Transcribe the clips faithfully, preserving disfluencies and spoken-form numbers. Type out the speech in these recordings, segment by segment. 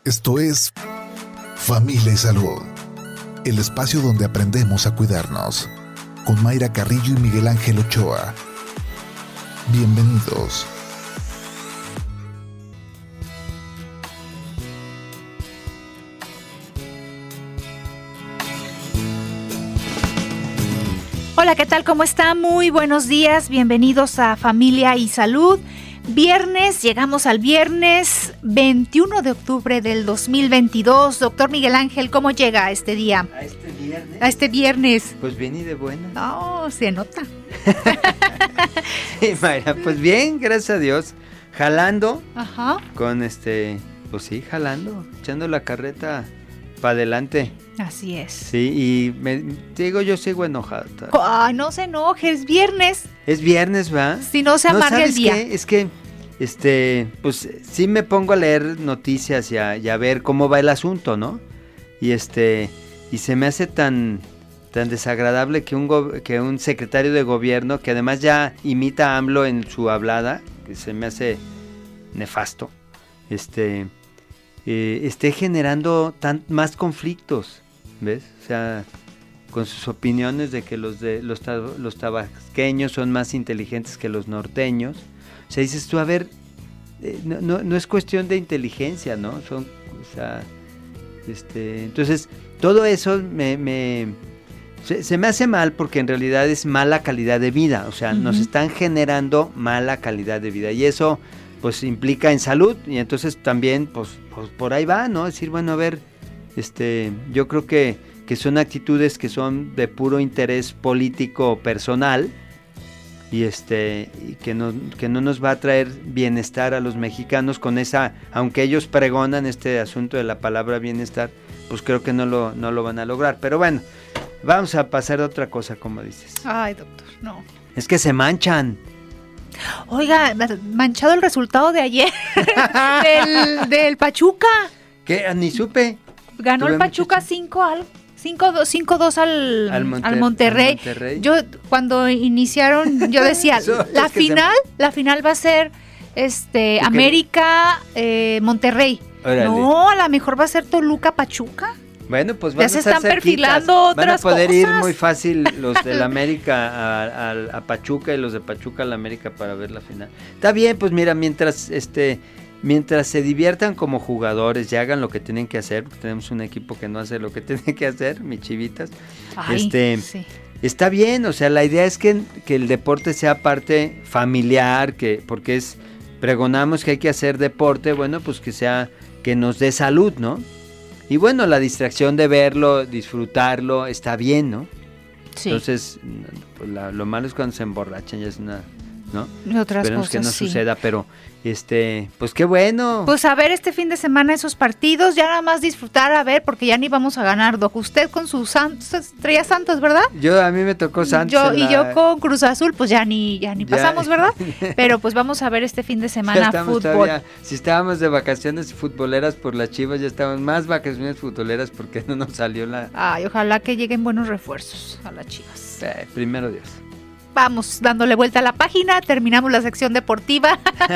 Esto es Familia y Salud, el espacio donde aprendemos a cuidarnos, con Mayra Carrillo y Miguel Ángel Ochoa. Bienvenidos. Hola, ¿qué tal? ¿Cómo está? Muy buenos días. Bienvenidos a Familia y Salud. Viernes, llegamos al viernes veintiuno de octubre del dos mil veintidós. Doctor Miguel Ángel, ¿cómo llega a este día? ¿A este viernes? A este viernes. Pues bien y de buena. No, se nota. Sí, Mayra, pues bien, gracias a Dios. Jalando. Ajá. Con este, pues sí, jalando, echando la carreta para adelante. Así es. Sí, y me, te digo, yo sigo enojado. Ay, no se enoje, es viernes. Es viernes, ¿va? Si no se amarga ¿No, el día. Qué? Es que, este, pues sí me pongo a leer noticias y a, y a ver cómo va el asunto, ¿no? Y este, y se me hace tan, tan desagradable que un, go- que un secretario de gobierno, que además ya imita a AMLO en su hablada, que se me hace nefasto, este, eh, esté generando tan, más conflictos. ¿Ves? O sea, con sus opiniones de que los de los, tab- los tabasqueños son más inteligentes que los norteños. O sea, dices tú, a ver, eh, no, no, no es cuestión de inteligencia, ¿no? Son, o sea, este, entonces, todo eso me, me se, se me hace mal porque en realidad es mala calidad de vida. O sea, uh-huh. Nos están generando mala calidad de vida y eso, pues, implica en salud y entonces también, pues, pues por ahí va, ¿no? Es decir, bueno, a ver, Este, yo creo que, que son actitudes que son de puro interés político personal y este y que no que no nos va a traer bienestar a los mexicanos con esa, aunque ellos pregonan este asunto de la palabra bienestar, pues creo que no lo no lo van a lograr, pero bueno, vamos a pasar a otra cosa, como dices. Ay, doctor, no. Es que se manchan. Oiga, manchado el resultado de ayer del, del Pachuca. ¿Qué? Ni supe. Ganó el Pachuca cinco al cinco dos al, al, Monter- al Monterrey. al Monterrey. Yo cuando iniciaron yo decía, la final, se... la final va a ser este América eh, Monterrey. Órale. No, a lo mejor va a ser Toluca Pachuca. Bueno, pues van ya se a estar están cerquitas. Perfilando otras Van a poder cosas. Ir muy fácil los del América a, a, a Pachuca y los de Pachuca al América para ver la final. Está bien, pues mira, mientras este Mientras se diviertan como jugadores y hagan lo que tienen que hacer, porque tenemos un equipo que no hace lo que tiene que hacer, mis chivitas, Ay, este, sí. Está bien, o sea, la idea es que, que el deporte sea parte familiar, que porque es pregonamos que hay que hacer deporte, bueno, pues que sea, que nos dé salud, ¿no? Y bueno, la distracción de verlo, disfrutarlo, está bien, ¿no? Sí. Entonces, pues la, lo malo es cuando se emborrachan, ya es una... ¿no? Y otras Esperemos cosas, que no sí. suceda, pero este, pues qué bueno. Pues a ver este fin de semana esos partidos, ya nada más disfrutar, a ver, porque ya ni vamos a ganar, Doc. Usted con sus Santos, traía Santos, ¿verdad? Yo, a mí me tocó Santos. Yo, la... Y yo con Cruz Azul, pues ya ni, ya ni ya. pasamos, ¿verdad? Pero pues vamos a ver este fin de semana fútbol. Todavía, si estábamos de vacaciones futboleras por las Chivas, ya estábamos más vacaciones futboleras porque no nos salió la... Ay, ojalá que lleguen buenos refuerzos a las Chivas. Eh, primero Dios. Vamos dándole vuelta a la página, terminamos la sección deportiva,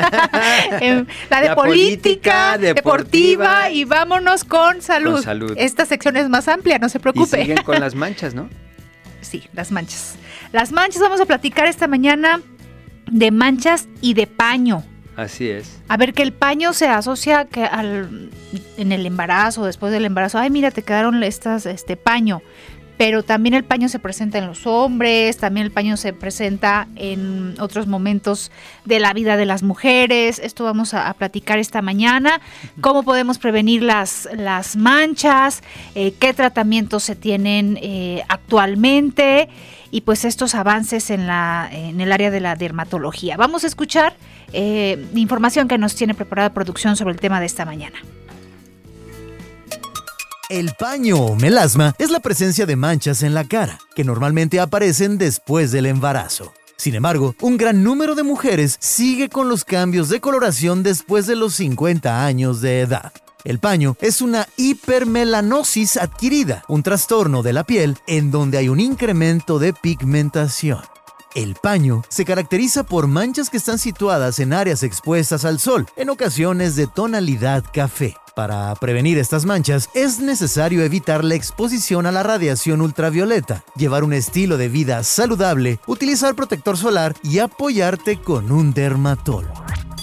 la de la política, política deportiva, deportiva y vámonos con salud. con salud. Esta sección es más amplia, no se preocupe. Y siguen con las manchas, ¿no? Sí, las manchas. Las manchas, vamos a platicar esta mañana de manchas y de paño. Así es. A ver, que el paño se asocia que al, en el embarazo, después del embarazo, ay, mira, te quedaron estas, este paño. Pero también el paño se presenta en los hombres, también el paño se presenta en otros momentos de la vida de las mujeres. Esto vamos a, a platicar esta mañana. Cómo podemos prevenir las, las manchas, eh, qué tratamientos se tienen eh, actualmente y pues estos avances en, la, en el área de la dermatología. Vamos a escuchar eh, información que nos tiene preparada producción sobre el tema de esta mañana. El paño o melasma es la presencia de manchas en la cara, que normalmente aparecen después del embarazo. Sin embargo, un gran número de mujeres sigue con los cambios de coloración después de los cincuenta años de edad. El paño es una hipermelanosis adquirida, un trastorno de la piel en donde hay un incremento de pigmentación. El paño se caracteriza por manchas que están situadas en áreas expuestas al sol, en ocasiones de tonalidad café. Para prevenir estas manchas, es necesario evitar la exposición a la radiación ultravioleta, llevar un estilo de vida saludable, utilizar protector solar y apoyarte con un dermatólogo.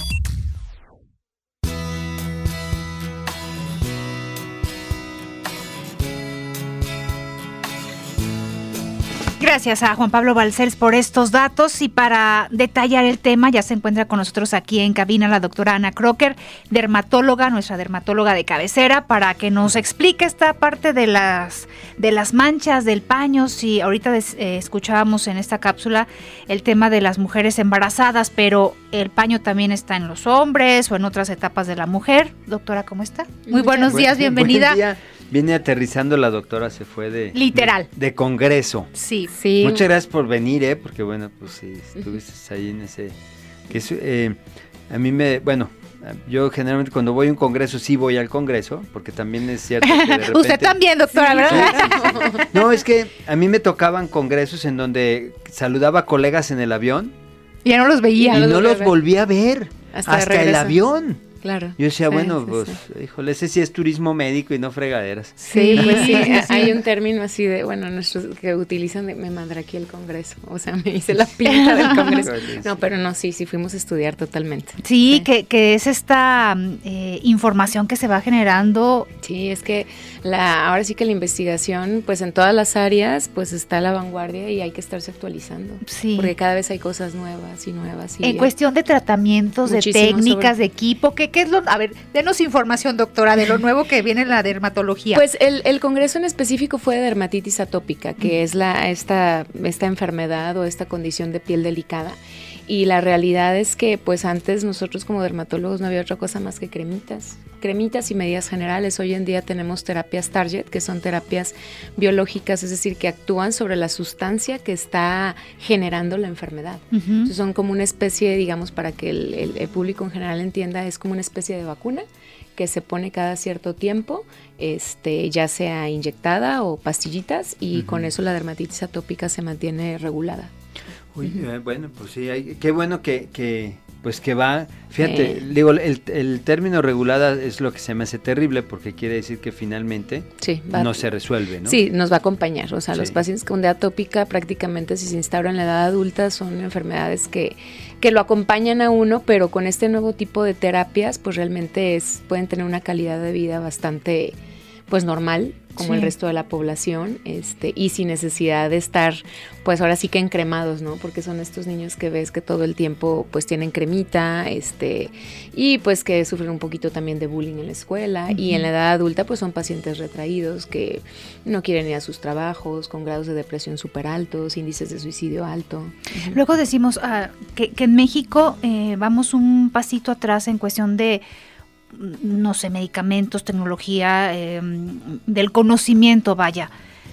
Gracias a Juan Pablo Balcells por estos datos, y para detallar el tema ya se encuentra con nosotros aquí en cabina la doctora Ana Crocker, dermatóloga, nuestra dermatóloga de cabecera, para que nos explique esta parte de las de las manchas del paño. Si ahorita des, eh, escuchábamos en esta cápsula el tema de las mujeres embarazadas, pero el paño también está en los hombres o en otras etapas de la mujer. Doctora, ¿cómo está? Muy buenos buen, días, bienvenida. Buen día. Viene aterrizando la doctora, se fue de... Literal. De, de congreso. Sí. sí. Muchas gracias por venir, ¿eh? Porque bueno, pues sí, estuviste ahí en ese... Que es, eh, a mí me... Bueno, yo generalmente cuando voy a un congreso, sí voy al congreso, porque también es cierto que de repente... Usted también, doctora, sí, ¿verdad? Sí, sí, sí. No, es que a mí me tocaban congresos en donde saludaba a colegas en el avión. Ya no los veía. Y no, no los ver. volví a ver. Hasta, hasta el avión. Claro. Yo decía, sí, bueno, sí, pues, sí. híjole, ese sí es turismo médico y no fregaderas. Sí, pues sí, sí, sí. hay un término así de, bueno, nuestros que utilizan de, me mandará aquí el congreso, o sea, me hice la pinta del congreso. No, pero no, sí, sí fuimos a estudiar totalmente. Sí, sí. Que, que es esta eh, información que se va generando. Sí, es que la, ahora sí que la investigación, pues en todas las áreas, pues está a la vanguardia y hay que estarse actualizando. Sí. Porque cada vez hay cosas nuevas y nuevas. Y en cuestión de tratamientos, de técnicas, sobre... de equipo, ¿qué, qué es lo...? A ver, denos información, doctora, de lo nuevo que viene en la dermatología. Pues el, el congreso en específico fue de dermatitis atópica, que uh-huh. es la esta, esta enfermedad o esta condición de piel delicada. Y la realidad es que pues antes nosotros como dermatólogos no había otra cosa más que cremitas, cremitas y medidas generales. Hoy en día tenemos terapias target, que son terapias biológicas, es decir, que actúan sobre la sustancia que está generando la enfermedad. Uh-huh. Entonces son como una especie, digamos, para que el, el, el público en general entienda, es como una especie de vacuna que se pone cada cierto tiempo, este, ya sea inyectada o pastillitas, y uh-huh. con eso la dermatitis atópica se mantiene regulada. Uy, uh-huh. bueno, pues sí, hay, qué bueno que, que, pues que va, fíjate, eh. digo, el, el término regulada es lo que se me hace terrible, porque quiere decir que finalmente sí, va, no se resuelve, ¿no? Sí, nos va a acompañar, o sea, sí. los pacientes con D atópica prácticamente si se instaura en la edad adulta son enfermedades que, que lo acompañan a uno, pero con este nuevo tipo de terapias, pues realmente es, pueden tener una calidad de vida bastante, pues normal, como sí. el resto de la población, este, y sin necesidad de estar, pues ahora sí que encremados, ¿no? Porque son estos niños que ves que todo el tiempo, pues tienen cremita, este, y pues que sufren un poquito también de bullying en la escuela, uh-huh. y en la edad adulta, pues son pacientes retraídos que no quieren ir a sus trabajos, con grados de depresión súper altos, índices de suicidio alto. Uh-huh. Luego decimos uh, que, que en México eh, vamos un pasito atrás en cuestión de no sé, medicamentos, tecnología, eh, del conocimiento, vaya.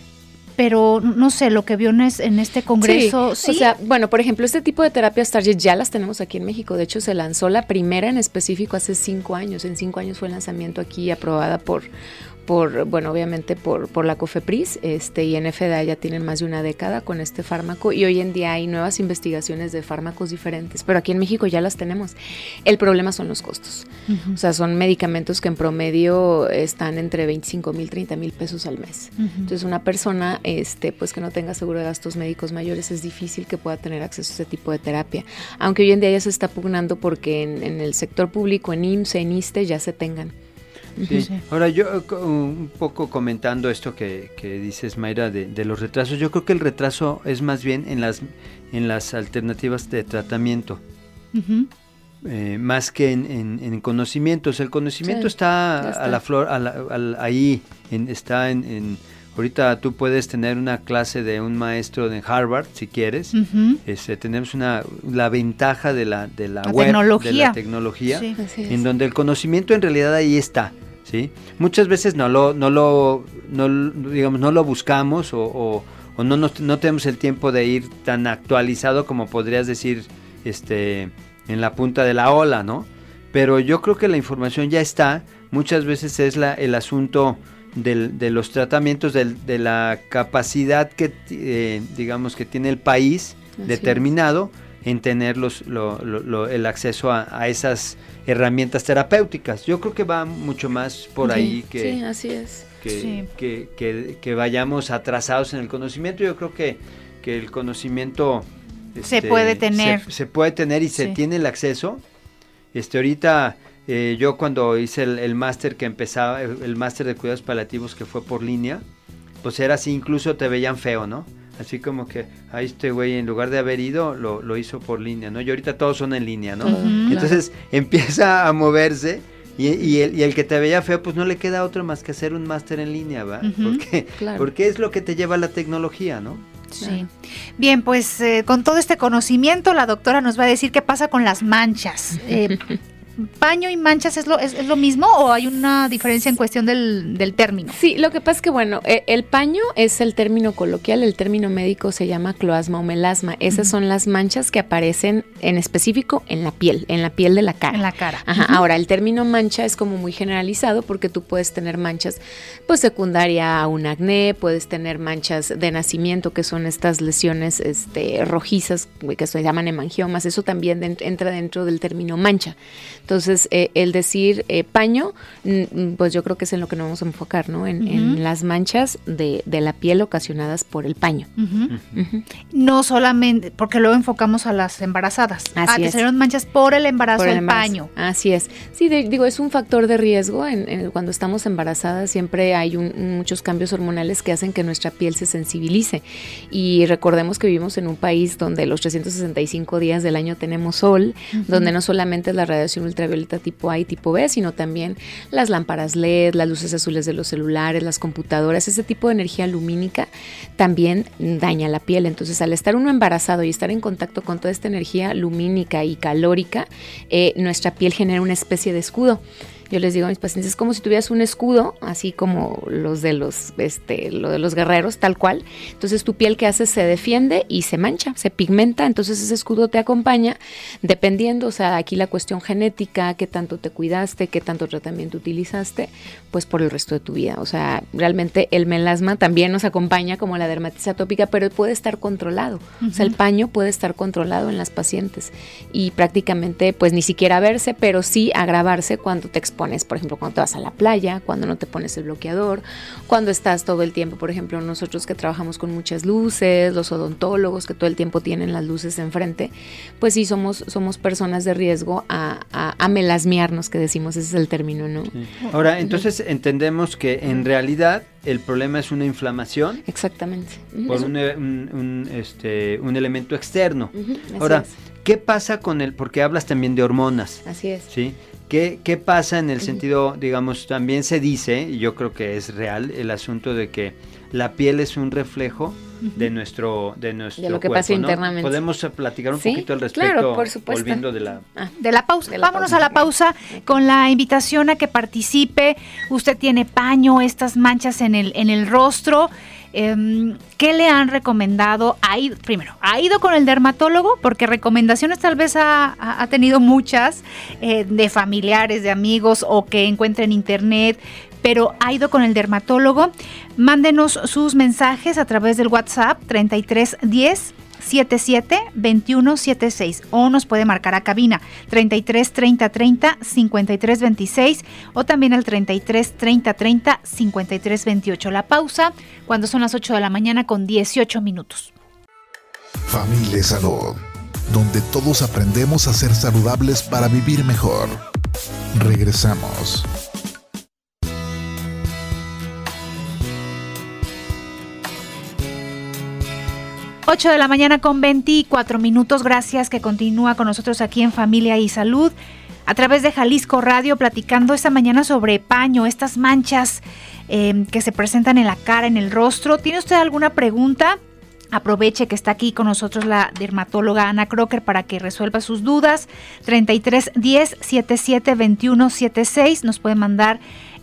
Pero no sé, lo que vio en, es, en este congreso, sí, ¿sí? O sea, bueno, por ejemplo, este tipo de terapias target ya las tenemos aquí en México. De hecho, se lanzó la primera en específico hace cinco años. En cinco años fue el lanzamiento aquí, aprobada por... por, bueno, obviamente por, por la COFEPRIS, este, y en F D A ya tienen más de una década con este fármaco, y hoy en día hay nuevas investigaciones de fármacos diferentes, pero aquí en México ya las tenemos. El problema son los costos. Uh-huh. O sea, son medicamentos que en promedio están entre veinticinco mil, treinta mil pesos al mes. Uh-huh. Entonces, una persona este, pues que no tenga seguro de gastos médicos mayores, es difícil que pueda tener acceso a este tipo de terapia. Aunque hoy en día ya se está pugnando porque en, en el sector público, en I M S S, en ISSSTE, ya se tengan. Sí. Sí. Ahora yo un poco comentando esto que, que dices, Mayra, de, de los retrasos, yo creo que el retraso es más bien en las en las alternativas de tratamiento, uh-huh. eh, más que en, en, en conocimientos. El conocimiento sí, está, está a la flor, a la, a la, ahí, en, está en, en ahorita tú puedes tener una clase de un maestro de Harvard si quieres. Uh-huh. Este, tenemos una la ventaja de la de la, la web, tecnología. de la tecnología, sí, en donde el conocimiento en realidad ahí está, ¿sí? Muchas veces no lo no lo no digamos no lo buscamos o, o, o no nos, no tenemos el tiempo de ir tan actualizado como podrías decir este en la punta de la ola, ¿no? Pero yo creo que la información ya está. Muchas veces es la el asunto Del, de los tratamientos, del, de la capacidad que eh, digamos que tiene el país Así determinado es. en tener los, lo, lo, lo, el acceso a, a esas herramientas terapéuticas. Yo creo que va mucho más por Sí, ahí que, sí, así es. que, Sí. que, que, que vayamos atrasados en el conocimiento. Yo creo que, que el conocimiento Se este, puede tener. Se, se puede tener y se Sí. tiene el acceso. Este, ahorita eh, yo cuando hice el, el máster que empezaba, el, el máster de cuidados paliativos que fue por línea, pues era así, incluso te veían feo, ¿no? Así como que, ahí este güey, en lugar de haber ido, lo, lo hizo por línea, ¿no? Y ahorita todos son en línea, ¿no? Ujú. Entonces empieza a moverse y, y, el, y el que te veía feo, pues no le queda otro más que hacer un máster en línea, ¿va? Ujú. Porque, Claro. porque es lo que te lleva la tecnología, ¿no? Sí. Bien, pues eh, con todo este conocimiento, la doctora nos va a decir qué pasa con las manchas. Eh, ¿Paño y manchas es lo, es, es lo mismo o hay una diferencia en cuestión del, del término? Sí, lo que pasa es que, bueno, eh, el paño es el término coloquial, el término médico se llama cloasma o melasma. Esas Ujú. son las manchas que aparecen en específico en la piel, en la piel de la cara. En la cara. Ajá, Ujú. ahora el término mancha es como muy generalizado porque tú puedes tener manchas pues secundaria a un acné, puedes tener manchas de nacimiento que son estas lesiones este, rojizas que se llaman hemangiomas, eso también de, entra dentro del término mancha. Entonces eh, el decir eh, paño, mm, pues yo creo que es en lo que nos vamos a enfocar, ¿no? En, Ujú. en las manchas de, de la piel ocasionadas por el paño. Ujú. Ujú. No solamente, porque luego enfocamos a las embarazadas. Así ah, te es. salieron manchas por el embarazo, Por el el embarazo. paño. Así es. Sí, de- digo, es un factor de riesgo. En, en- cuando estamos embarazadas siempre hay un- muchos cambios hormonales que hacen que nuestra piel se sensibilice. Y recordemos que vivimos en un país donde los trescientos sesenta y cinco días del año tenemos sol, Ujú. donde no solamente es la radiación ultravioleta tipo A y tipo B, sino también las lámparas L E D, las luces azules de los celulares, las computadoras, ese tipo de energía lumínica también daña la piel. Entonces, al estar uno embarazado y estar en contacto con toda esta energía lumínica y calórica, eh, nuestra piel genera una especie de escudo. Yo les digo a mis pacientes, es como si tuvieras un escudo, así como los de los, este, lo de los guerreros, tal cual. Entonces tu piel, ¿qué hace? Se defiende y se mancha, se pigmenta, entonces ese escudo te acompaña, dependiendo, o sea, aquí la cuestión genética, qué tanto te cuidaste, qué tanto tratamiento utilizaste, pues por el resto de tu vida. O sea, realmente el melasma también nos acompaña como la dermatitis atópica, pero puede estar controlado. O sea, el paño puede estar controlado en las pacientes y prácticamente, pues ni siquiera verse, pero sí agravarse cuando te expones. Por ejemplo, cuando te vas a la playa, cuando no te pones el bloqueador, cuando estás todo el tiempo, por ejemplo, nosotros que trabajamos con muchas luces, los odontólogos que todo el tiempo tienen las luces enfrente, pues sí somos, somos personas de riesgo a, a, a melasmearnos, que decimos, ese es el término, ¿no? Sí. Ahora, entonces entendemos que en realidad el problema es una inflamación Exactamente. Ujú, por eso- un, e- un, un, este, un elemento externo. ujú, así Ahora, es, ¿qué pasa con el, porque hablas también de hormonas, así es. ¿sí? ¿Qué, qué pasa en el Ujú. sentido, digamos, también se dice, y yo creo que es real, el asunto de que la piel es un reflejo de nuestro de nuestro De lo que cuerpo, pasa ¿no? internamente. Podemos eh, platicar un Sí, poquito al respecto, claro, por supuesto. volviendo de la... Ah, De la pausa. De la Vámonos pausa. a la pausa con la invitación a que participe. Usted tiene paño, estas manchas en el, en el rostro. Eh, ¿Qué le han recomendado? Ha ido, primero, ¿ha ido con el dermatólogo? Porque recomendaciones tal vez ha, ha- ha tenido muchas eh, de familiares, de amigos o que encuentre en internet, pero ha ido con el dermatólogo. Mándenos sus mensajes a través del WhatsApp treinta y tres diez setenta y siete veintiuno setenta y seis o nos puede marcar a cabina treinta y tres treinta treinta cincuenta y tres veintiséis o también al treinta y tres treinta treinta cincuenta y tres veintiocho. La pausa cuando son las ocho de la mañana con dieciocho minutos. Familia y Salud, donde todos aprendemos a ser saludables para vivir mejor. Regresamos. ocho de la mañana con veinticuatro minutos. Gracias que continúa con nosotros aquí en Familia y Salud a través de Jalisco Radio, platicando esta mañana sobre paño, estas manchas eh, que se presentan en la cara, en el rostro. ¿Tiene usted alguna pregunta? Aproveche que está aquí con nosotros la dermatóloga Ana Crocker para que resuelva sus dudas. treinta y tres diez setenta y siete veintiuno setenta y seis. Nos puede mandar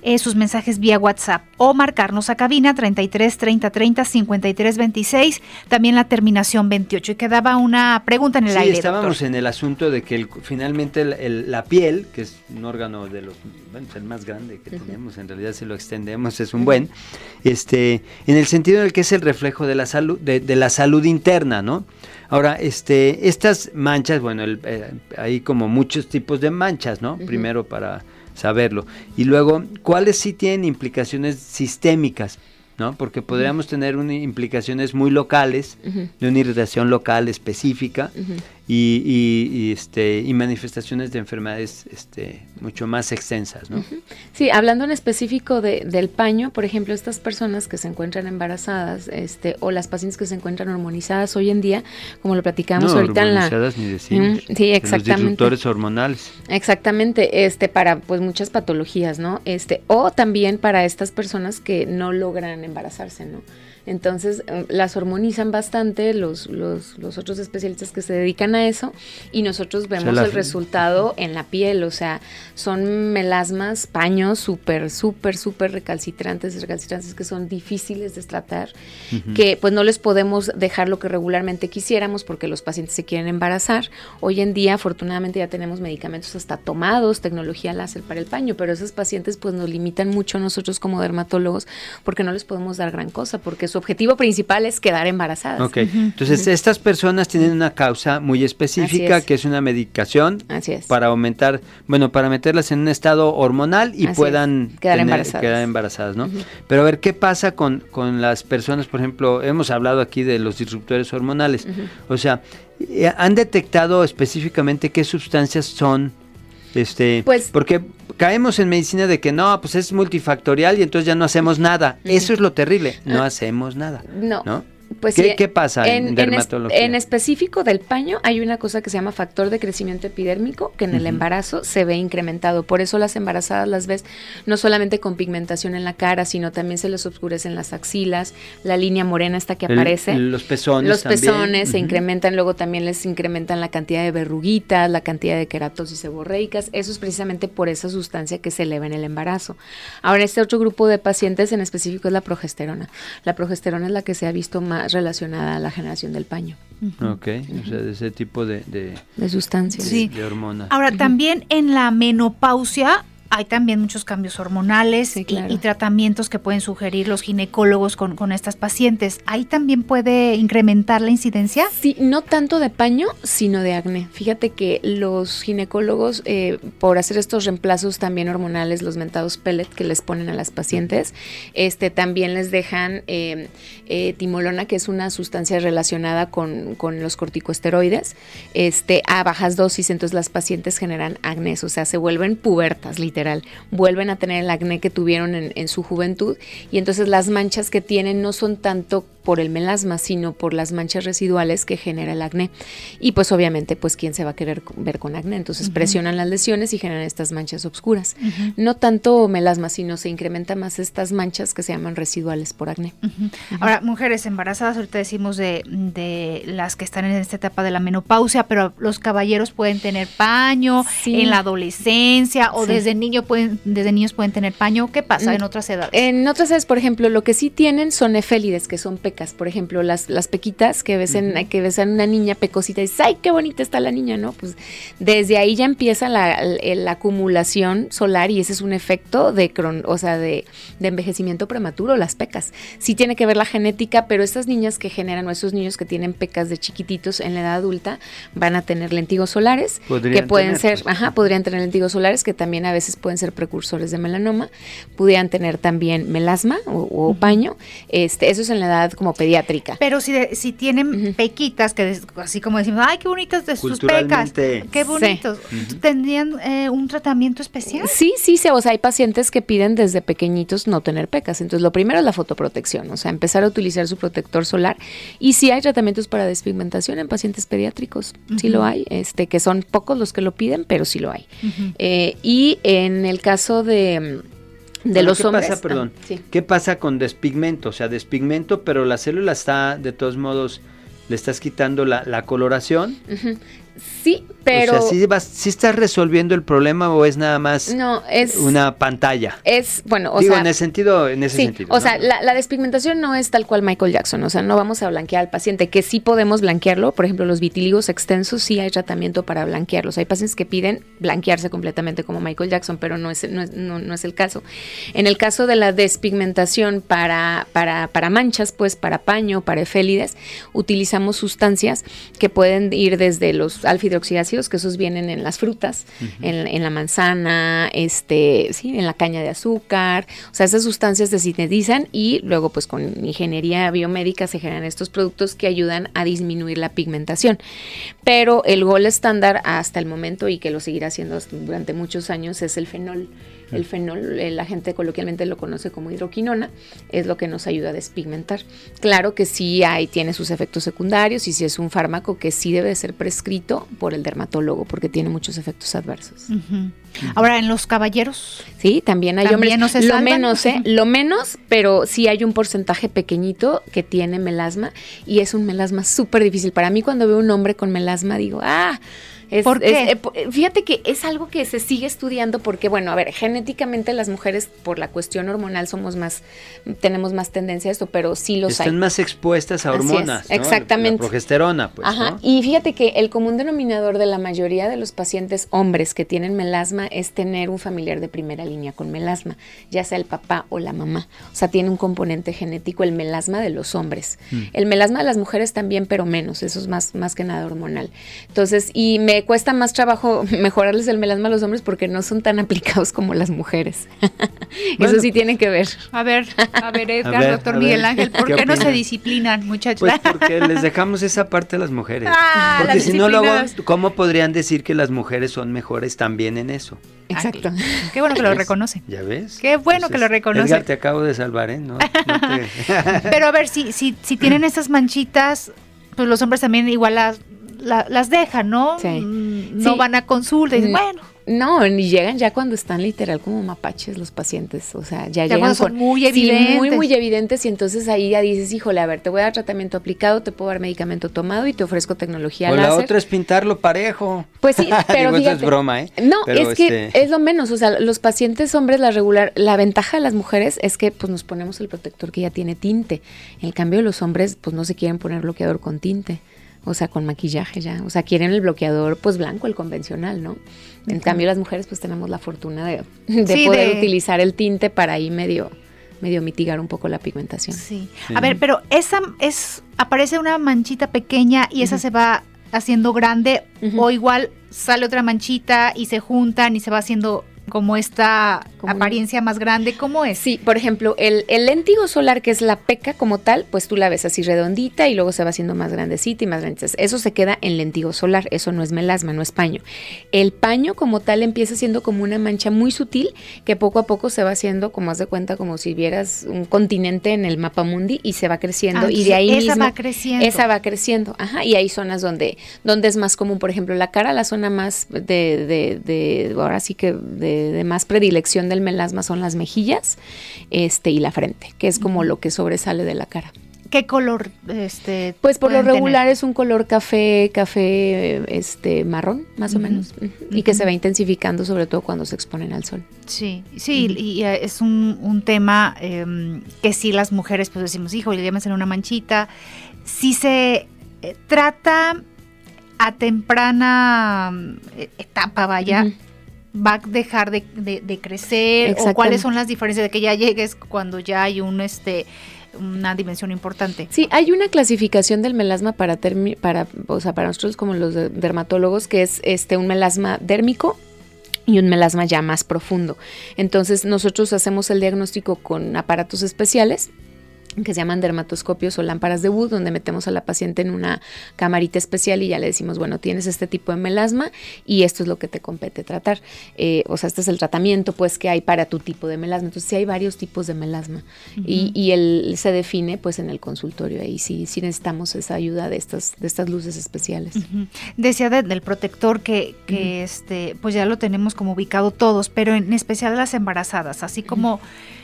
eh, sus mensajes vía WhatsApp o marcarnos a cabina treinta y tres treinta treinta cincuenta y tres veintiséis, también la terminación veintiocho. Y quedaba una pregunta en el sí, aire, estábamos doctor. en el asunto de que el, finalmente el, el, la piel, que es un órgano de los, bueno, es el más grande que uh-huh. tenemos, en realidad si lo extendemos es un uh-huh. buen, este, en el sentido en el que es el reflejo de la salud, de, de la salud interna, ¿no? Ahora, este, estas manchas, bueno, el, eh, hay como muchos tipos de manchas, ¿no? Uh-huh. Primero para saberlo. Y luego, ¿cuáles sí tienen implicaciones sistémicas? ¿No? Porque podríamos uh-huh. tener un, implicaciones muy locales, uh-huh. de una irritación local específica, uh-huh. y, y, y, este, y manifestaciones de enfermedades este, mucho más extensas, ¿no? Uh-huh. Sí, hablando en específico de, del paño, por ejemplo, estas personas que se encuentran embarazadas, este, o las pacientes que se encuentran hormonizadas hoy en día, como lo platicamos no, ahorita en la... hormonizadas ni decimos. Uh, sí, exactamente. Los disruptores hormonales. Exactamente, este, para pues muchas patologías, ¿no? Este, o también para estas personas que no logran embarazarse, ¿no? Entonces las hormonizan bastante los, los, los otros especialistas que se dedican a eso, y nosotros vemos el resultado en la piel. O sea, son melasmas, paños súper, súper, súper recalcitrantes, recalcitrantes que son difíciles de tratar, uh-huh. que pues no les podemos dejar lo que regularmente quisiéramos porque los pacientes se quieren embarazar. Hoy en día afortunadamente ya tenemos medicamentos hasta tomados, tecnología láser para el paño, pero esos pacientes pues nos limitan mucho a nosotros como dermatólogos porque no les podemos dar gran cosa, porque su objetivo principal es quedar embarazadas. Ok, uh-huh. entonces uh-huh. estas personas tienen una causa muy específica, es. que es una medicación Así es. para aumentar, bueno, para meterlas en un estado hormonal y Así puedan quedar, tener, embarazadas. quedar embarazadas, ¿no? Uh-huh. Pero a ver, ¿qué pasa con, con las personas, por ejemplo, hemos hablado aquí de los disruptores hormonales, uh-huh. o sea, ¿han detectado específicamente qué sustancias son? Este, pues, porque caemos en medicina de que no, pues es multifactorial y entonces ya no hacemos nada. Uh-huh. Eso es lo terrible, no uh-huh. hacemos nada. No. ¿no? Pues ¿Qué, sí, ¿Qué pasa en, en dermatología? En, es, en específico del paño hay una cosa que se llama factor de crecimiento epidérmico que en uh-huh. el embarazo se ve incrementado. Por eso las embarazadas las ves no solamente con pigmentación en la cara, sino también se les oscurecen las axilas, la línea morena esta que aparece. El, los pezones Los también. pezones uh-huh. se incrementan, luego también les incrementan la cantidad de verruguitas, la cantidad de queratosis seborreicas. Eso es precisamente por esa sustancia que se eleva en el embarazo. Ahora, este otro grupo de pacientes en específico es la progesterona. La progesterona es la que se ha visto más relacionada a la generación del paño. Uh-huh. Ok, uh-huh. o sea, de ese tipo de, de, de sustancias. De, sí. de hormonas. Ahora, uh-huh. también en la menopausia hay también muchos cambios hormonales sí, claro. y, y tratamientos que pueden sugerir los ginecólogos con, con estas pacientes. ¿Ahí también puede incrementar la incidencia? Sí, no tanto de paño, sino de acné. Fíjate que los ginecólogos, eh, por hacer estos reemplazos también hormonales, los mentados pellet que les ponen a las pacientes, este también les dejan eh, eh, timolona, que es una sustancia relacionada con, con los corticosteroides, este, a bajas dosis. Entonces las pacientes generan acné, o sea, se vuelven pubertas, literalmente. Literal, vuelven a tener el acné que tuvieron en, en su juventud, y entonces las manchas que tienen no son tanto por el melasma, sino por las manchas residuales que genera el acné. Y pues obviamente, pues quién se va a querer ver con acné, entonces uh-huh. presionan las lesiones y generan estas manchas oscuras. Uh-huh. No tanto melasma, sino se incrementa más estas manchas que se llaman residuales por acné. Uh-huh. Uh-huh. Ahora, mujeres embarazadas, ahorita decimos de, de las que están en esta etapa de la menopausia, pero los caballeros pueden tener paño sí. en la adolescencia o sí. desde niño pueden, desde niños pueden tener paño. ¿Qué pasa en otras edades? En otras edades, por ejemplo, lo que sí tienen son efélides, que son pecas. Por ejemplo, las, las pequitas que ves en, uh-huh. que ves en una niña pecosita y dices, ¡ay, qué bonita está la niña!, ¿no? Pues desde ahí ya empieza la, la, la acumulación solar, y ese es un efecto de, cron, o sea, de, de envejecimiento prematuro, las pecas. Sí tiene que ver la genética, pero estas niñas que generan, o esos niños que tienen pecas de chiquititos en la edad adulta, van a tener lentigos solares, podrían que pueden tener, ser, pues. ajá, podrían tener lentigos solares, que también a veces pueden ser precursores de melanoma, pudieran tener también melasma o, o uh-huh. paño, este, eso es en la edad como pediátrica. Pero si, de, si tienen uh-huh. pequitas, que así como decimos, ¡ay, qué bonitas de sus pecas! ¡Qué bonitos! Sí. Uh-huh. ¿Tendrían eh, un tratamiento especial? Sí, sí, sí, o sea, hay pacientes que piden desde pequeñitos no tener pecas. Entonces, lo primero es la fotoprotección, o sea, empezar a utilizar su protector solar. Y sí hay tratamientos para despigmentación en pacientes pediátricos, uh-huh. sí lo hay, este, que son pocos los que lo piden, pero sí lo hay. Uh-huh. Eh, y en el caso de... de los ¿qué hombres. Pasa, perdón, ah, sí. ¿Qué pasa con despigmento? O sea, despigmento, pero la célula está, de todos modos, le estás quitando la, la coloración. Uh-huh. Sí, pero... O sea, ¿sí, vas, ¿sí estás resolviendo el problema o es nada más no, es, una pantalla? Es, bueno, o Digo, sea... en ese sentido, en ese sí, sentido. o ¿no? sea, la, la despigmentación no es tal cual Michael Jackson, o sea, no vamos a blanquear al paciente, que sí podemos blanquearlo, por ejemplo, los vitíligos extensos, sí hay tratamiento para blanquearlos. Hay pacientes que piden blanquearse completamente como Michael Jackson, pero no es, no es, no, no es el caso. En el caso de la despigmentación para, para, para manchas, pues para paño, para efélides, utilizamos sustancias que pueden ir desde los alfa-hidroxiácidos, que esos vienen en las frutas, uh-huh. en, en la manzana, este, sí, en la caña de azúcar, o sea, esas sustancias se sintetizan y luego pues con ingeniería biomédica se generan estos productos que ayudan a disminuir la pigmentación. Pero el gol estándar hasta el momento, y que lo seguirá haciendo durante muchos años, es el fenol. El fenol, la gente coloquialmente lo conoce como hidroquinona, es lo que nos ayuda a despigmentar. Claro que sí hay, tiene sus efectos secundarios y sí es un fármaco que sí debe ser prescrito por el dermatólogo porque tiene muchos efectos adversos. Uh-huh. Uh-huh. Ahora, en los caballeros. Sí, también hay ¿También hombres. No se lo salvan? menos, ¿eh? Lo menos, pero sí hay un porcentaje pequeñito que tiene melasma y es un melasma súper difícil. Para mí, cuando veo un hombre con melasma, digo, ¡ah! Es, ¿Por qué? Es, eh, fíjate que es algo que se sigue estudiando porque, bueno, a ver, genéticamente las mujeres por la cuestión hormonal somos más, tenemos más tendencia a esto, pero sí los Están hay. más expuestas a hormonas, es, ¿no? Exactamente. La progesterona, pues, Ajá, ¿no? Y fíjate que el común denominador de la mayoría de los pacientes hombres que tienen melasma es tener un familiar de primera línea con melasma, ya sea el papá o la mamá. O sea, tiene un componente genético el melasma de los hombres. Mm. El melasma de las mujeres también, pero menos, eso es más, más que nada hormonal. Entonces, y me cuesta más trabajo mejorarles el melasma a los hombres porque no son tan aplicados como las mujeres. Bueno, eso sí tiene que ver. A ver, a ver, Edgar, a ver, doctor a Miguel ver, Ángel, ¿por qué, qué no opinan? se disciplinan, muchachos? Pues porque les dejamos esa parte a las mujeres. Ah, porque si no, luego, disciplinadas. ¿cómo podrían decir que las mujeres son mejores también en eso? Exacto. Ay, qué bueno que lo reconocen. ¿Ya ves? Qué bueno Entonces, que lo reconocen. Edgar, te acabo de salvar, ¿eh? No, no te... Pero a ver, si, si, si tienen esas manchitas, pues los hombres también igual las, la, las dejan, ¿no? Sí. No Sí. van a consulta y dicen, Mm. bueno. No, ni llegan ya cuando están literal como mapaches los pacientes, o sea, ya, Ya llegan cuando son con, muy sí, evidentes. muy, muy evidentes y entonces ahí ya dices, híjole, a ver, te voy a dar tratamiento aplicado, te puedo dar medicamento tomado y te ofrezco tecnología O la láser. otra es pintarlo parejo. Pues sí, pero Digo, fíjate. eso es broma, ¿eh? No, Pero es que este... es lo menos, o sea, los pacientes hombres, la regular, la ventaja de las mujeres es que pues nos ponemos el protector que ya tiene tinte. En cambio, los hombres pues no se quieren poner bloqueador con tinte. O sea, con maquillaje ya. O sea, quieren el bloqueador, pues, blanco, el convencional, ¿no? En uh-huh. cambio, las mujeres, pues, tenemos la fortuna de, de sí, poder de... utilizar el tinte para ahí medio, medio mitigar un poco la pigmentación. Sí. sí. A ver, pero esa es, aparece una manchita pequeña y esa uh-huh. se va haciendo grande, uh-huh. o igual sale otra manchita y se juntan y se va haciendo como esta como apariencia un... más grande, ¿cómo es? Sí, por ejemplo, el, el léntigo solar, que es la peca como tal, pues tú la ves así redondita y luego se va haciendo más grandecita y más grandecita. Eso se queda en léntigo solar, eso no es melasma, no es paño. El paño como tal empieza siendo como una mancha muy sutil que poco a poco se va haciendo, como haz de cuenta, como si vieras un continente en el mapa mundi y se va creciendo. Ah, y de ahí esa mismo, va creciendo. Esa va creciendo, ajá, y hay zonas donde, donde es más común, por ejemplo, la cara, la zona más de, de, de ahora sí que de De, de más predilección del melasma son las mejillas este y la frente, que es como lo que sobresale de la cara. ¿Qué color este Pues por lo regular tener? Es un color café, café este marrón, más uh-huh. o menos, uh-huh. y que uh-huh. se va intensificando sobre todo cuando se exponen al sol. Sí, sí, uh-huh. y, y es un, un tema eh, que sí las mujeres pues decimos, hijo, le llaman una manchita, sí se eh, trata a temprana eh, etapa, vaya, uh-huh. va a dejar de, de, de crecer, o cuáles son las diferencias de que ya llegues cuando ya hay un este una dimensión importante. Sí, hay una clasificación del melasma para termi, para o sea, para nosotros como los dermatólogos, que es este un melasma dérmico y un melasma ya más profundo. Entonces, nosotros hacemos el diagnóstico con aparatos especiales que se llaman dermatoscopios o lámparas de Wood, donde metemos a la paciente en una camarita especial y ya le decimos, bueno, tienes este tipo de melasma y esto es lo que te compete tratar. Eh, o sea, este es el tratamiento pues que hay para tu tipo de melasma. Entonces sí hay varios tipos de melasma uh-huh. y, y él se define pues en el consultorio. Ahí sí, sí necesitamos esa ayuda de estas, de estas luces especiales. Uh-huh. Decía de, del protector que, que uh-huh. este, pues ya lo tenemos como ubicado todos, pero en especial las embarazadas, así como... Uh-huh.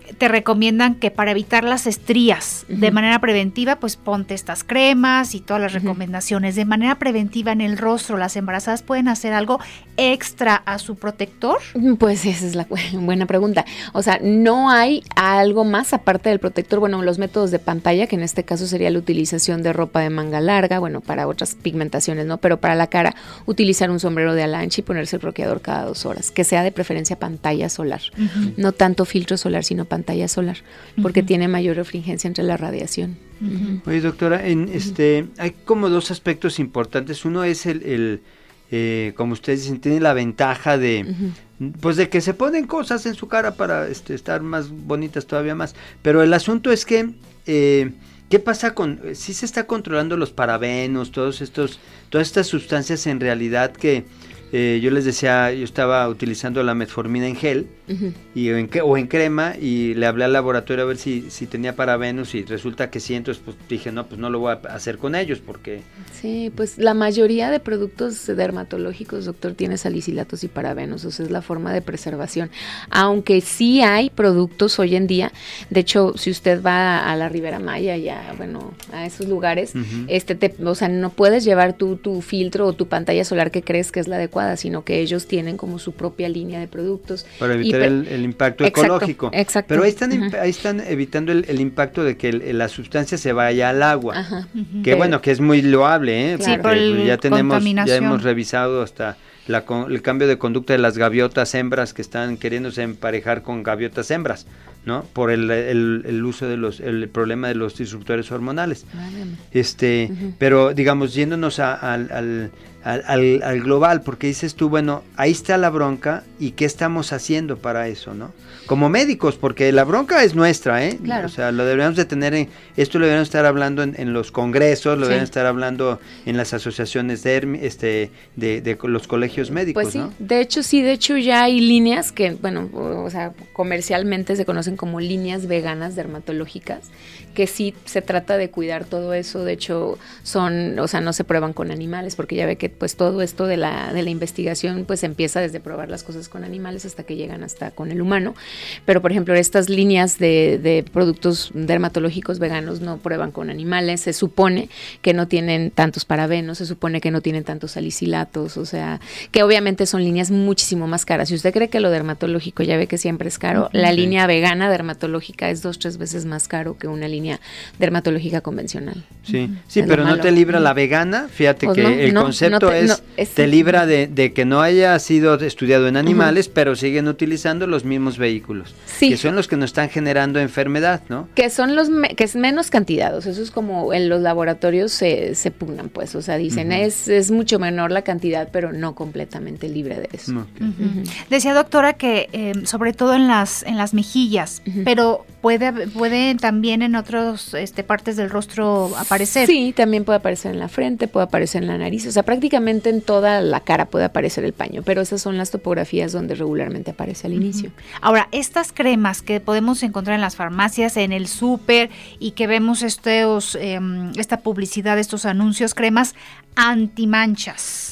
te recomiendan que para evitar las estrías uh-huh. de manera preventiva, pues ponte estas cremas y todas las uh-huh. recomendaciones. De manera preventiva en el rostro, ¿las embarazadas pueden hacer algo extra a su protector? Pues esa es la buena pregunta. O sea, no hay algo más aparte del protector. Bueno, los métodos de pantalla, que en este caso sería la utilización de ropa de manga larga, bueno, para otras pigmentaciones, ¿no? Pero para la cara, utilizar un sombrero de ala ancha y ponerse el bloqueador cada dos horas, que sea de preferencia pantalla solar. Uh-huh. No tanto filtro solar, sino pantalla solar, porque uh-huh. tiene mayor refringencia entre la radiación. Uh-huh. Oye, doctora, en uh-huh. este hay como dos aspectos importantes. Uno es el, el eh, como ustedes dicen, tiene la ventaja de uh-huh. pues de que se ponen cosas en su cara para este, estar más bonitas todavía más. Pero el asunto es que eh, ¿qué pasa con, si se está controlando los parabenos, todos estos, todas estas sustancias en realidad que Eh, yo les decía, yo estaba utilizando la metformina en gel uh-huh. y en, o en crema y le hablé al laboratorio a ver si, si tenía parabenos y resulta que sí, entonces pues dije, no, pues no lo voy a hacer con ellos porque... Sí, pues la mayoría de productos dermatológicos, doctor, tiene salicilatos y parabenos, o sea, es la forma de preservación. Aunque sí hay productos hoy en día, de hecho, si usted va a la Ribera Maya, ya, bueno, a esos lugares, uh-huh. este te, o sea, no puedes llevar tu, tu filtro o tu pantalla solar que crees que es la adecuada, sino que ellos tienen como su propia línea de productos. Para evitar pe- el, el impacto exacto, ecológico. Exacto. Pero ahí están, uh-huh. ahí están evitando el, el impacto de que el, la sustancia se vaya al agua. Ajá. Uh-huh. Que Pero, bueno, que es muy loable, ¿eh? Sí, por el ya tenemos, ya contaminación. hemos revisado hasta la, el cambio de conducta de las gaviotas hembras que están queriéndose emparejar con gaviotas hembras, ¿no? Por el, el, el uso de los, el problema de los disruptores hormonales. Vale. Este, uh-huh. Pero digamos, yéndonos a, al, al Al, al, al global, porque dices tú, bueno, ahí está la bronca y qué estamos haciendo para eso, ¿no? Como médicos, porque la bronca es nuestra, ¿eh? Claro. O sea, lo deberíamos de tener, en, esto lo deberíamos estar hablando en, en los congresos, lo sí. deberíamos estar hablando en las asociaciones de, este, de, de los colegios médicos, pues sí, ¿no? De hecho, sí, de hecho ya hay líneas que, bueno, o sea, comercialmente se conocen como líneas veganas dermatológicas, que sí se trata de cuidar todo eso. De hecho, son, o sea, no se prueban con animales, porque ya ve que pues todo esto de la de la investigación pues empieza desde probar las cosas con animales hasta que llegan hasta con el humano. Pero por ejemplo, estas líneas de, de productos dermatológicos veganos no prueban con animales, se supone que no tienen tantos parabenos, se supone que no tienen tantos salicilatos, o sea, que obviamente son líneas muchísimo más caras. Si usted cree que lo dermatológico ya ve que siempre es caro, uh-huh. la sí. línea vegana dermatológica es dos, tres veces más caro que una línea dermatológica convencional. Sí, uh-huh. sí, es pero no te libra la vegana, fíjate pues que no, el no, concepto no te, es, no, es te libra de, de que no haya sido estudiado en animales, uh-huh. pero siguen utilizando los mismos vehículos, sí. que son los que nos están generando enfermedad, ¿no? Que son los, me, que es menos cantidad, o sea, eso es como en los laboratorios se, se pugnan, pues, o sea, dicen, uh-huh. es, es mucho menor la cantidad, pero no completamente libre de eso. Okay. Uh-huh. Decía doctora que eh, sobre todo en las, en las mejillas, uh-huh. pero puede, puede también en otras este, partes del rostro aparecer. Sí, también puede aparecer en la frente, puede aparecer en la nariz, o sea, prácticamente en toda la cara puede aparecer el paño, pero esas son las topografías donde regularmente aparece al uh-huh. inicio. Ahora, estas cremas que podemos encontrar en las farmacias, en el súper, y que vemos estos, eh, esta publicidad, estos anuncios, cremas antimanchas,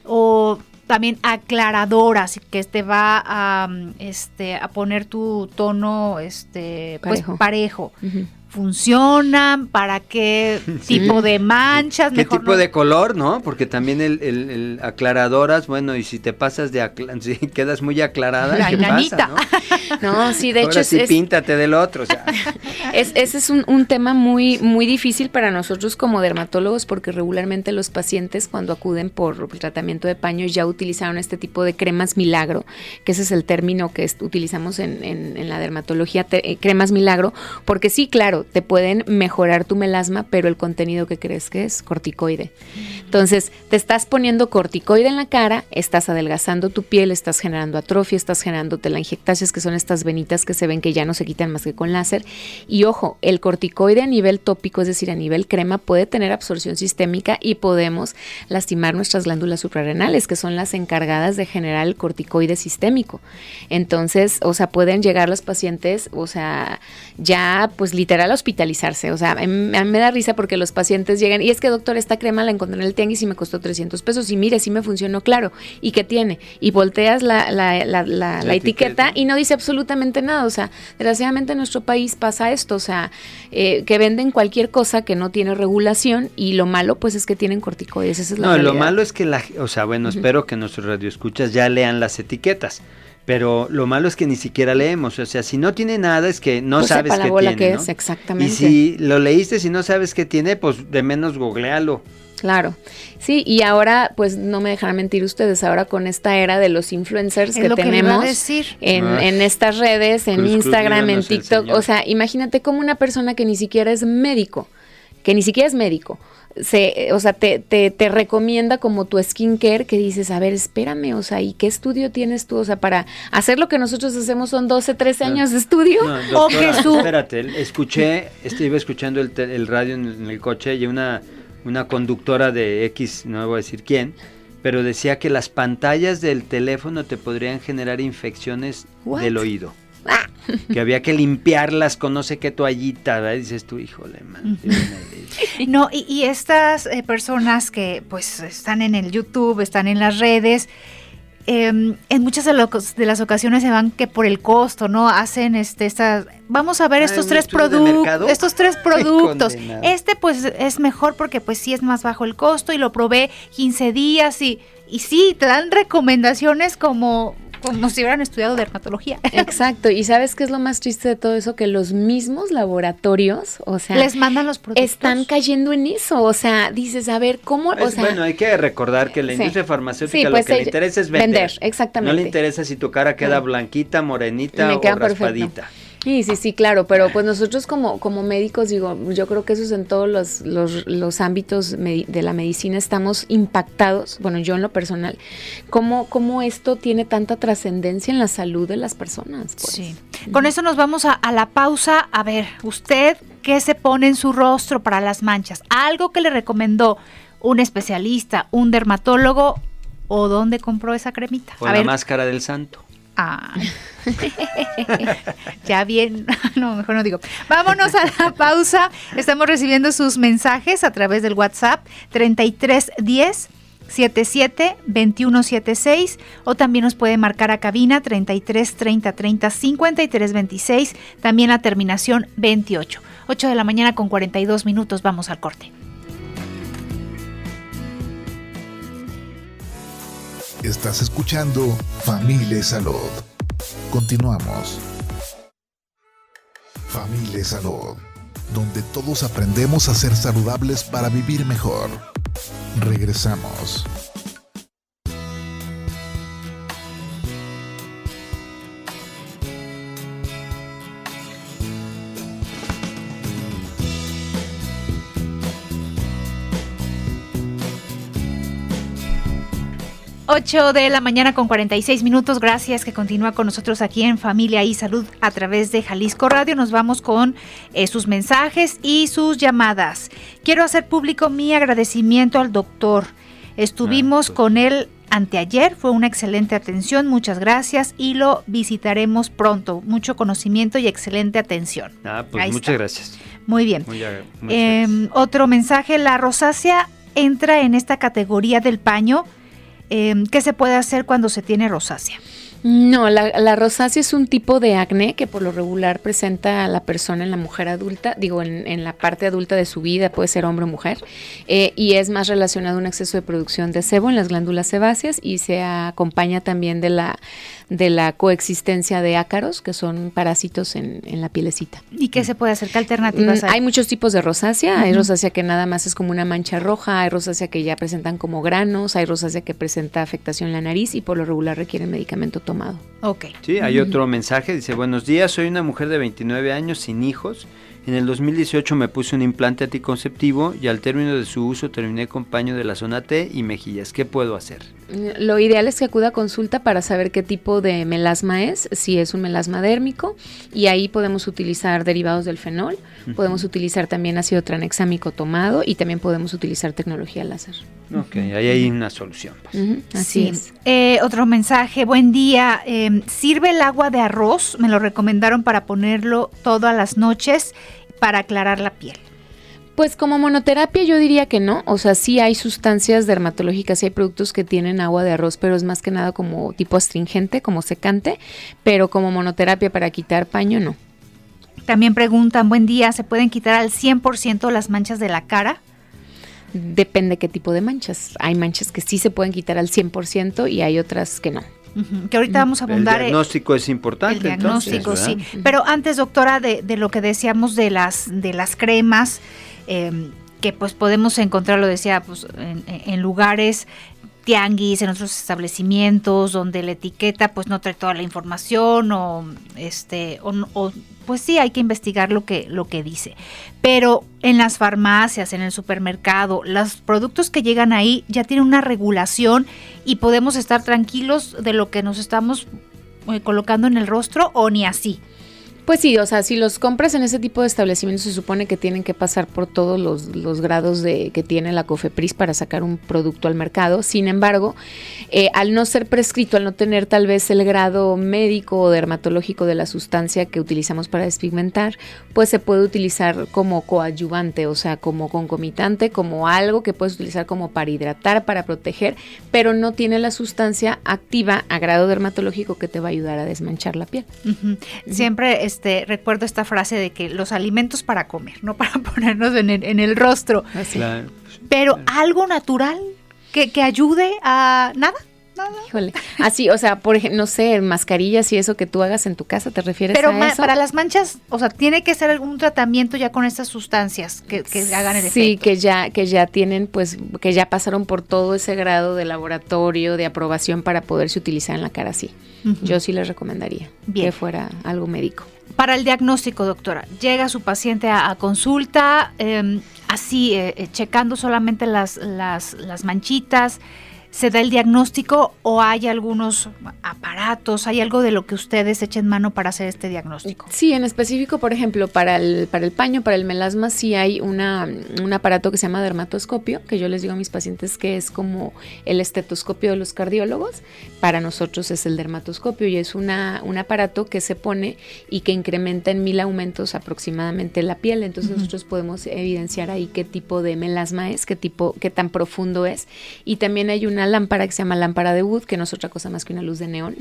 o también aclaradoras, que te va a, este, a poner tu tono este, parejo. Pues, parejo. Uh-huh. ¿Funcionan? ¿Para qué sí. tipo de manchas? ¿Qué Mejor tipo no... de color, no? Porque también el, el, el aclaradoras, bueno, y si te pasas de acla- si quedas muy aclarada, la ¿qué enanita. pasa, no? No, sí, de Ahora hecho sí es, píntate del otro, o sea. es, ese es un, un tema muy, muy difícil para nosotros como dermatólogos, porque regularmente los pacientes cuando acuden por tratamiento de paño ya utilizaron este tipo de cremas milagro, que ese es el término que es, utilizamos en, en, en la dermatología, te, eh, cremas milagro, porque sí, claro, te pueden mejorar tu melasma, pero el contenido que crees que es corticoide. Entonces, te estás poniendo corticoide en la cara, estás adelgazando tu piel, estás generando atrofia, estás generando telangiectasias, que son estas venitas que se ven que ya no se quitan más que con láser. Y ojo, el corticoide a nivel tópico, es decir, a nivel crema, puede tener absorción sistémica y podemos lastimar nuestras glándulas suprarrenales, que son las encargadas de generar el corticoide sistémico. Entonces, o sea, pueden llegar los pacientes, o sea, ya pues literal igual hospitalizarse. O sea, a mí, a mí me da risa porque los pacientes llegan y es que, doctor, esta crema la encontré en el tianguis y me costó trescientos pesos y mire, sí me funcionó, claro. ¿Y qué tiene? Y volteas la, la, la, la, la, la etiqueta, etiqueta y no dice absolutamente nada. O sea, desgraciadamente en nuestro país pasa esto, o sea, eh, que venden cualquier cosa que no tiene regulación y lo malo pues es que tienen corticoides. Esa es la no, realidad. Lo malo es que la, o sea, bueno, uh-huh. espero que nuestros radioescuchas ya lean las etiquetas. Pero lo malo es que ni siquiera leemos, o sea, si no tiene nada es que no pues sabes sepa qué la bola tiene, que ¿no? es, exactamente. Y si lo leíste, si no sabes qué tiene, pues de menos googlealo. Claro, sí, y ahora, pues no me dejarán mentir ustedes, ahora con esta era de los influencers es que lo tenemos que decir. En, Ay. en estas redes, en Cruz, Instagram, Cruz, en TikTok, o sea, imagínate como una persona que ni siquiera es médico, que ni siquiera es médico, se, o sea, te, te, te recomienda como tu skincare, que dices, a ver, espérame, o sea, ¿y qué estudio tienes tú? O sea, para hacer lo que nosotros hacemos son doce, trece no, años de estudio. No, doctora, o que su... espérate, escuché, este, iba escuchando el, te, el radio en, en el coche y una, una conductora de X, no voy a decir quién, pero decía que las pantallas del teléfono te podrían generar infecciones What? del oído. Ah. Que había que limpiarlas con no sé qué toallita, ¿verdad? Dices tú, híjole, man. Uh-huh. No, y, y estas eh, personas que pues están en el YouTube, están en las redes, eh, en muchas de, lo, de las ocasiones se van que por el costo, ¿no? Hacen este, estas, vamos a ver estos, ah, tres produ- estos tres productos. Este pues es mejor porque pues sí es más bajo el costo y lo probé quince días y, y sí, te dan recomendaciones como... como si hubieran estudiado dermatología. Exacto, y ¿sabes qué es lo más triste de todo eso? Que los mismos laboratorios, o sea, les mandan los productos. Están cayendo en eso, o sea, dices, a ver, ¿cómo? Pues, o sea, bueno, hay que recordar que la sí, industria farmacéutica sí, pues lo que el, le interesa es vender. Vender, exactamente. No le interesa si tu cara queda ah. blanquita, morenita o raspadita. Perfecto. Sí, sí, sí, claro, pero pues nosotros como, como médicos, digo, yo creo que eso es en todos los, los, los ámbitos me, de la medicina, estamos impactados, bueno, yo en lo personal, cómo, cómo esto tiene tanta trascendencia en la salud de las personas. Pues. Sí. Con eso nos vamos a, a la pausa. A ver, usted, ¿qué se pone en su rostro para las manchas? ¿Algo que le recomendó un especialista, un dermatólogo o dónde compró esa cremita? O a la ver. máscara del santo. Ah. Ya bien, no, mejor no digo. Vámonos a la pausa. Estamos recibiendo sus mensajes a través del WhatsApp treinta y tres diez setenta y siete veintiuno setenta y seis o también nos puede marcar a cabina treinta y tres treinta treinta cincuenta y tres veintiséis, también la terminación veintiocho. ocho de la mañana con cuarenta y dos minutos, vamos al corte. Estás escuchando Familia y Salud. Continuamos. Familia y Salud, donde todos aprendemos a ser saludables para vivir mejor. Regresamos. ocho de la mañana con cuarenta y seis minutos, gracias que continúa con nosotros aquí en Familia y Salud a través de Jalisco Radio. Nos vamos con eh, sus mensajes y sus llamadas. Quiero hacer público mi agradecimiento al doctor. Estuvimos ah, pues. con él anteayer, fue una excelente atención, muchas gracias y lo visitaremos pronto. Mucho conocimiento y excelente atención. Ah, pues Ahí muchas está. gracias. Muy bien. Muy, muy eh, gracias. Otro mensaje, la rosácea entra en esta categoría del paño. Eh, ¿Qué se puede hacer cuando se tiene rosácea? No, la, la rosácea es un tipo de acné que por lo regular presenta a la persona en la mujer adulta, digo, en, en la parte adulta de su vida, puede ser hombre o mujer, eh, y es más relacionado a un exceso de producción de sebo en las glándulas sebáceas y se acompaña también de la, de la coexistencia de ácaros, que son parásitos en, en la pielecita. ¿Y qué se puede hacer? ¿Qué alternativas hay? Hay muchos tipos de rosácea, uh-huh. hay rosácea que nada más es como una mancha roja, hay rosácea que ya presentan como granos, hay rosácea que presenta afectación en la nariz y por lo regular requieren medicamento tomado. Okay. Sí, hay otro mensaje, dice, buenos días, soy una mujer de veintinueve años sin hijos. En el dos mil dieciocho me puse un implante anticonceptivo y al término de su uso terminé con paño de la zona T y mejillas. ¿Qué puedo hacer? Lo ideal es que acuda a consulta para saber qué tipo de melasma es, si es un melasma dérmico, y ahí podemos utilizar derivados del fenol, uh-huh. podemos utilizar también ácido tranexámico tomado y también podemos utilizar tecnología láser. Ok, ahí hay una solución. Pues. Uh-huh, así sí. es. Eh, otro mensaje, buen día, eh, ¿sirve el agua de arroz? Me lo recomendaron para ponerlo todas las noches para aclarar la piel? Pues como monoterapia yo diría que no, o sea, sí hay sustancias dermatológicas, sí hay productos que tienen agua de arroz, pero es más que nada como tipo astringente, como secante, pero como monoterapia para quitar paño, no. También preguntan, buen día, ¿se pueden quitar al cien por ciento las manchas de la cara? Depende qué tipo de manchas. Hay manchas que sí se pueden quitar al cien por ciento y hay otras que no. Uh-huh. Que ahorita vamos a abundar. El diagnóstico es importante. El diagnóstico, entonces, sí. Pero antes, doctora, de, de lo que decíamos de las, de las cremas, eh, que pues podemos encontrar, lo decía, pues en, en lugares tianguis, en otros establecimientos donde la etiqueta pues no trae toda la información o este o, o pues sí hay que investigar lo que lo que dice. Pero en las farmacias, en el supermercado, los productos que llegan ahí ya tienen una regulación y podemos estar tranquilos de lo que nos estamos eh, colocando en el rostro, o ni así. Pues sí, o sea, si los compras en ese tipo de establecimientos se supone que tienen que pasar por todos los, los grados de que tiene la COFEPRIS para sacar un producto al mercado. Sin embargo, eh, al no ser prescrito, al no tener tal vez el grado médico o dermatológico de la sustancia que utilizamos para despigmentar, pues se puede utilizar como coadyuvante, o sea, como concomitante, como algo que puedes utilizar como para hidratar, para proteger, pero no tiene la sustancia activa a grado dermatológico que te va a ayudar a desmanchar la piel. Uh-huh. Siempre es Este, recuerdo esta frase de que los alimentos para comer, no para ponernos en el, en el rostro. Claro. Pero algo natural que, que ayude a nada, nada. Híjole, así, o sea, por ejemplo, no sé, mascarillas y eso que tú hagas en tu casa, ¿te refieres Pero a ma- eso? para las manchas, o sea, tiene que ser algún tratamiento ya con estas sustancias que, que hagan el sí, efecto. que ya, que ya tienen, pues, que ya pasaron por todo ese grado de laboratorio, de aprobación para poderse utilizar en la cara, sí. Uh-huh. Yo sí les recomendaría Bien. que fuera algo médico. Para el diagnóstico, doctora, llega su paciente a, a consulta, eh, así, eh, checando solamente las, las, las manchitas, ¿se da el diagnóstico o hay algunos aparatos, hay algo de lo que ustedes echen mano para hacer este diagnóstico? Sí, en específico, por ejemplo, para el, para el paño, para el melasma, sí hay una, un aparato que se llama dermatoscopio, que yo les digo a mis pacientes que es como el estetoscopio de los cardiólogos. Para nosotros es el dermatoscopio y es una, un aparato que se pone y que incrementa en mil aumentos aproximadamente la piel. Entonces uh-huh. nosotros podemos evidenciar ahí qué tipo de melasma es, qué tipo, qué tan profundo es. Y también hay una lámpara que se llama lámpara de Wood, que no es otra cosa más que una luz de neón,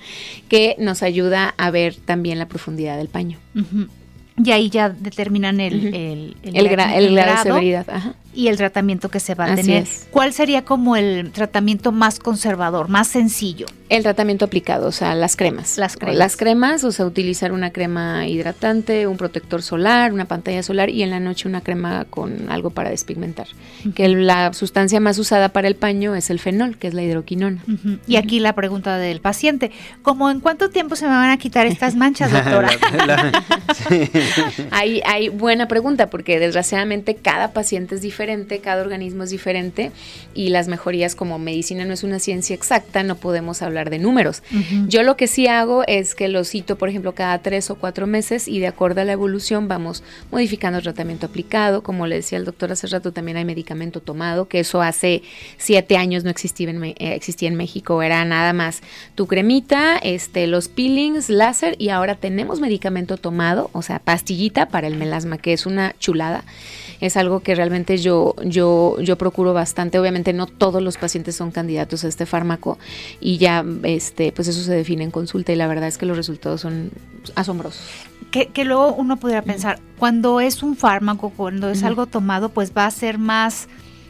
que nos ayuda a ver también la profundidad del paño. Uh-huh. Y ahí ya determinan el, uh-huh. el, el, el, gra- el, el grado de grado severidad. Ajá. Y el tratamiento que se va a Así tener. Es. ¿Cuál sería como el tratamiento más conservador, más sencillo? El tratamiento aplicado, o sea, las cremas. Las cremas. Las cremas, o sea, utilizar una crema hidratante, un protector solar, una pantalla solar y en la noche una crema con algo para despigmentar. Uh-huh. Que la sustancia más usada para el paño es el fenol, que es la hidroquinona. Uh-huh. Y aquí la pregunta del paciente, ¿cómo en cuánto tiempo se me van a quitar estas manchas, doctora? la, la, sí. hay, hay buena pregunta, porque desgraciadamente cada paciente es diferente, cada organismo es diferente y las mejorías, como medicina no es una ciencia exacta, no podemos hablar de números. Uh-huh. Yo lo que sí hago es que lo cito, por ejemplo, cada tres o cuatro meses y de acuerdo a la evolución vamos modificando el tratamiento aplicado. Como le decía el doctor hace rato, también hay medicamento tomado, que eso hace siete años no existía en, eh, existía en México, era nada más tu cremita, este, los peelings, láser, y ahora tenemos medicamento tomado, o sea, pastillita para el melasma, que es una chulada. Es algo que realmente yo, yo, yo procuro bastante. Obviamente no todos los pacientes son candidatos a este fármaco y ya este, pues eso se define en consulta y la verdad es que los resultados son asombrosos. Que, que luego uno pudiera pensar, uh-huh. cuando es un fármaco, cuando es uh-huh. algo tomado, pues va a ser más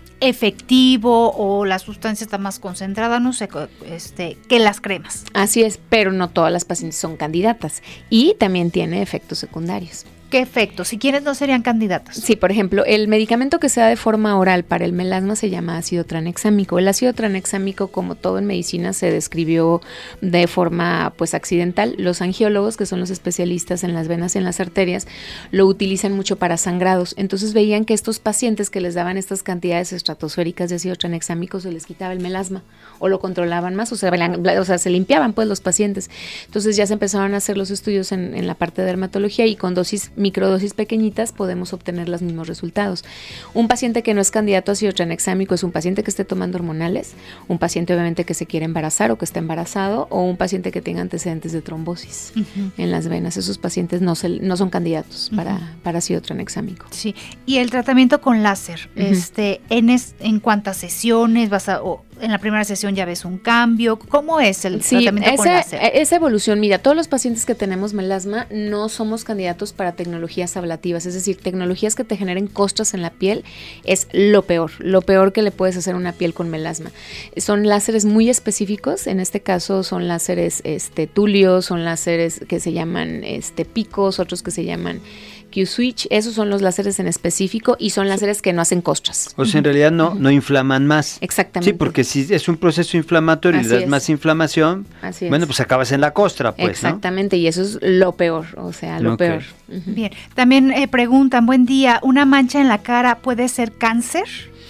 efectivo o la sustancia está más concentrada, no sé, este, que las cremas. Así es, pero no todas las pacientes son candidatas y también tiene efectos secundarios. ¿Qué efectos? ¿Y quiénes no serían candidatos? Sí, por ejemplo, el medicamento que se da de forma oral para el melasma se llama ácido tranexámico. El ácido tranexámico, como todo en medicina, se describió de forma pues accidental. Los angiólogos, que son los especialistas en las venas y en las arterias, lo utilizan mucho para sangrados. Entonces veían que estos pacientes que les daban estas cantidades estratosféricas de ácido tranexámico se les quitaba el melasma o lo controlaban más, o sea, o sea se limpiaban pues los pacientes. Entonces ya se empezaron a hacer los estudios en, en la parte de dermatología y con dosis microdosis pequeñitas podemos obtener los mismos resultados. Un paciente que no es candidato a ácido tranexámico es un paciente que esté tomando hormonales, un paciente obviamente que se quiere embarazar o que está embarazado, o un paciente que tenga antecedentes de trombosis uh-huh. en las venas. Esos pacientes no, se, no son candidatos uh-huh. para, para ácido tranexámico. Sí, y el tratamiento con láser, uh-huh. este, en, es, en cuántas sesiones vas a, o en la primera sesión ya ves un cambio, ¿cómo es el sí, tratamiento esa, con láser? Esa evolución, mira, todos los pacientes que tenemos melasma no somos candidatos para tecnologías ablativas, es decir, tecnologías que te generen costras en la piel es lo peor, lo peor que le puedes hacer a una piel con melasma. Son láseres muy específicos, en este caso son láseres este, tulios, son láseres que se llaman este, picos, otros que se llaman Q-switch, esos son los láseres en específico y son láseres que no hacen costras. O sea, en realidad no, no inflaman más. Exactamente. Sí, porque si es un proceso inflamatorio Así y das es. más inflamación, Así bueno, es. pues acabas en la costra, pues, exactamente, ¿no? Y eso es lo peor, o sea, lo okay. peor. Uh-huh. Bien, también eh, preguntan, buen día, ¿una mancha en la cara puede ser cáncer?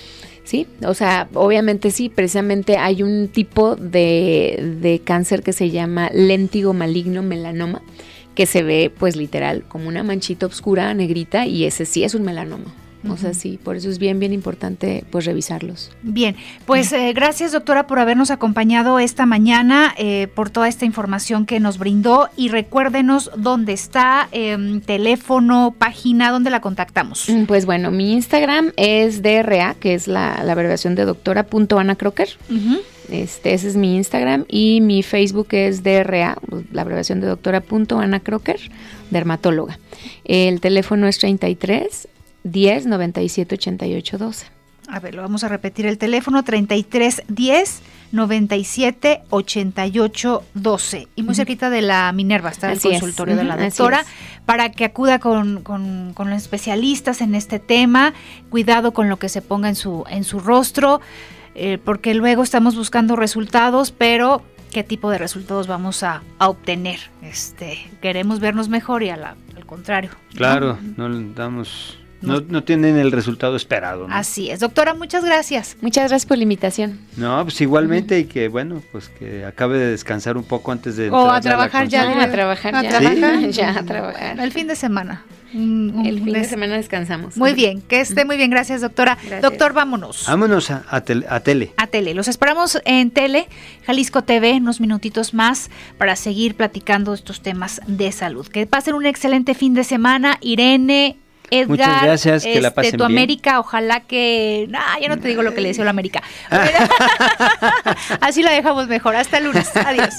Sí, o sea, obviamente sí, precisamente hay un tipo de, de cáncer que se llama léntigo maligno melanoma, que se ve pues literal como una manchita oscura, negrita, y ese sí es un melanoma. Uh-huh. O sea, sí, por eso es bien, bien importante pues revisarlos. Bien, pues eh, gracias doctora por habernos acompañado esta mañana, eh, por toda esta información que nos brindó, y recuérdenos dónde está, eh, teléfono, página, dónde la contactamos. Pues bueno, mi Instagram es D R A, que es la, la abreviación de doctora punto Ana Crocker. Uh-huh. Este, ese es mi Instagram, y mi Facebook es D R A, la abreviación de doctora punto Ana Crocker, dermatóloga. El teléfono es treinta y tres, diez, noventa y siete, ochenta y ocho, doce. A ver, lo vamos a repetir, el teléfono treinta y tres, diez, noventa y siete, ochenta y ocho, doce. Y muy uh-huh. cerquita de la Minerva está el así consultorio es. de la Uh-huh. doctora, para que acuda con, con, con los especialistas en este tema. Cuidado con lo que se ponga en su, en su rostro, eh, porque luego estamos buscando resultados, pero ¿qué tipo de resultados vamos a, a obtener? Este, queremos vernos mejor y a la, al contrario. Claro, no, no le damos... No, no tienen el resultado esperado, ¿no? Así es. Doctora, muchas gracias. Muchas gracias por la invitación. No, pues igualmente, uh-huh. y que bueno, pues que acabe de descansar un poco antes de... O a trabajar ya. Ah, a trabajar a ya. Trabajar. ¿Sí? Ya, a trabajar. El fin de semana. Un, un el fin des... de semana descansamos. Muy bien, que esté muy bien, gracias doctora. Gracias. Doctor, vámonos. Vámonos a, a, tele, a tele. A tele. Los esperamos en Tele, Jalisco T V, unos minutitos más para seguir platicando estos temas de salud. Que pasen un excelente fin de semana, Irene, Edgar, muchas gracias, que este, la pasen tu bien. América, ojalá que... Ah, ya no te digo lo que le decía la América. Así la dejamos mejor. Hasta el lunes. Adiós.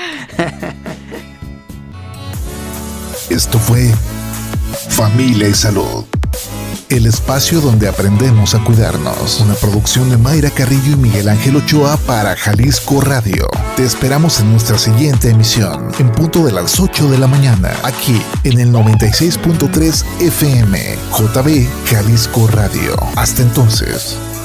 Esto fue Familia y Salud, el espacio donde aprendemos a cuidarnos. Una producción de Mayra Carrillo y Miguel Ángel Ochoa para Jalisco Radio. Te esperamos en nuestra siguiente emisión, en punto de las ocho de la mañana, aquí en el noventa y seis punto tres F M, J B Jalisco Radio. Hasta entonces.